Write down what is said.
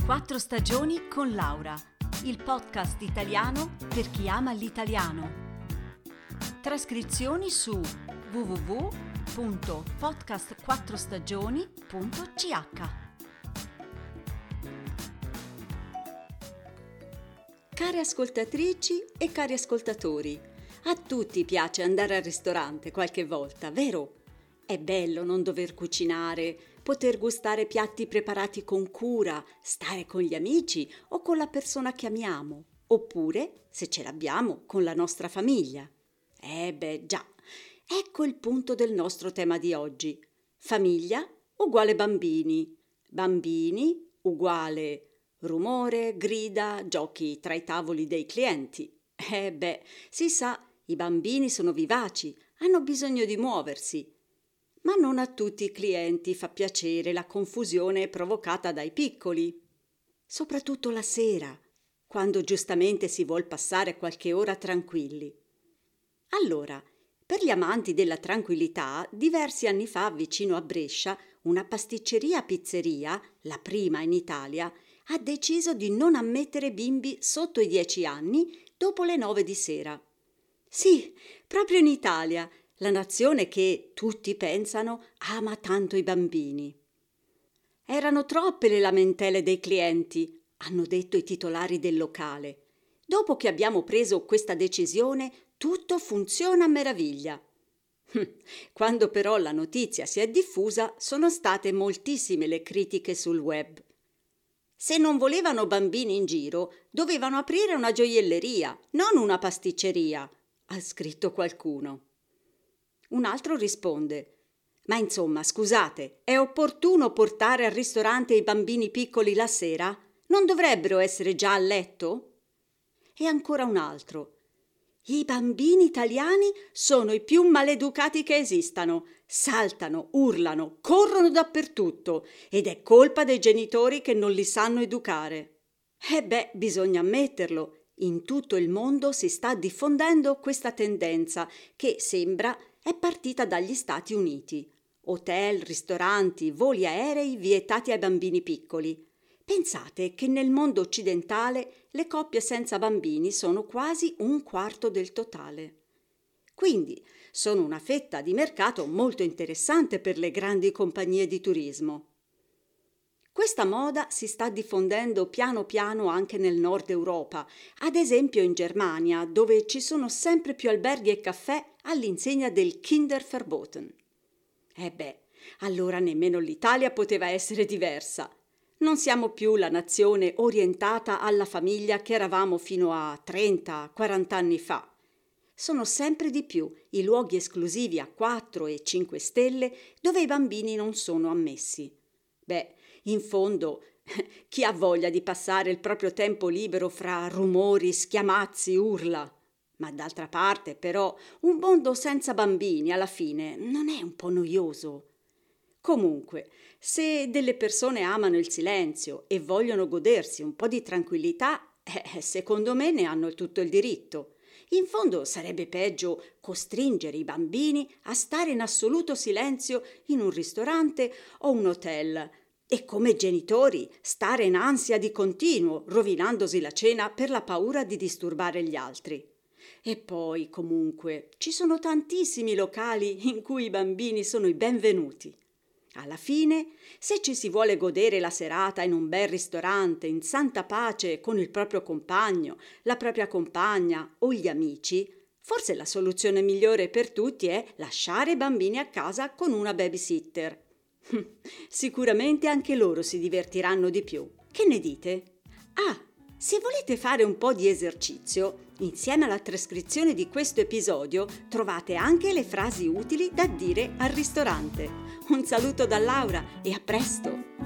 4 stagioni con Laura, il podcast italiano per chi ama l'italiano. Trascrizioni su www.podcast4stagioni.ch. Care ascoltatrici e cari ascoltatori, a tutti piace andare al ristorante qualche volta, vero? È bello non dover cucinare, poter gustare piatti preparati con cura, stare con gli amici o con la persona che amiamo, oppure, se ce l'abbiamo, con la nostra famiglia. Già, ecco il punto del nostro tema di oggi. Famiglia uguale bambini, bambini uguale rumore, grida, giochi tra i tavoli dei clienti. Si sa, i bambini sono vivaci, hanno bisogno di muoversi. Ma non a tutti i clienti fa piacere la confusione provocata dai piccoli. Soprattutto la sera, quando giustamente si vuol passare qualche ora tranquilli. Allora, per gli amanti della tranquillità, diversi anni fa vicino a Brescia, una pasticceria-pizzeria, la prima in Italia, ha deciso di non ammettere bimbi sotto i 10 anni dopo le 9 di sera. Sì, proprio in Italia, la nazione che, tutti pensano, ama tanto i bambini. Erano troppe le lamentele dei clienti, hanno detto i titolari del locale. Dopo che abbiamo preso questa decisione, tutto funziona a meraviglia. Quando però la notizia si è diffusa, sono state moltissime le critiche sul web. Se non volevano bambini in giro, dovevano aprire una gioielleria, non una pasticceria, ha scritto qualcuno. Un altro risponde: ma insomma, scusate, è opportuno portare al ristorante i bambini piccoli la sera? Non dovrebbero essere già a letto? E ancora un altro: i bambini italiani sono i più maleducati che esistano, saltano, urlano, corrono dappertutto ed è colpa dei genitori che non li sanno educare. Bisogna ammetterlo, in tutto il mondo si sta diffondendo questa tendenza che sembra è partita dagli Stati Uniti. Hotel, ristoranti, voli aerei vietati ai bambini piccoli. Pensate che nel mondo occidentale le coppie senza bambini sono quasi un quarto del totale. Quindi sono una fetta di mercato molto interessante per le grandi compagnie di turismo. Questa moda si sta diffondendo piano piano anche nel nord Europa, ad esempio in Germania, dove ci sono sempre più alberghi e caffè all'insegna del Kinderverboten. Allora nemmeno l'Italia poteva essere diversa. Non siamo più la nazione orientata alla famiglia che eravamo fino a 30-40 anni fa. Sono sempre di più i luoghi esclusivi a 4 e 5 stelle dove i bambini non sono ammessi. In fondo, chi ha voglia di passare il proprio tempo libero fra rumori, schiamazzi, urla? Ma d'altra parte, però, un mondo senza bambini alla fine non è un po' noioso? Comunque, se delle persone amano il silenzio e vogliono godersi un po' di tranquillità, secondo me ne hanno tutto il diritto. In fondo sarebbe peggio costringere i bambini a stare in assoluto silenzio in un ristorante o un hotel e come genitori stare in ansia di continuo, rovinandosi la cena per la paura di disturbare gli altri. E poi, comunque, ci sono tantissimi locali in cui i bambini sono i benvenuti. Alla fine, se ci si vuole godere la serata in un bel ristorante in santa pace con il proprio compagno, la propria compagna o gli amici, forse la soluzione migliore per tutti è lasciare i bambini a casa con una babysitter. Sicuramente anche loro si divertiranno di più. Che ne dite? Se volete fare un po' di esercizio, insieme alla trascrizione di questo episodio trovate anche le frasi utili da dire al ristorante. Un saluto da Laura e a presto!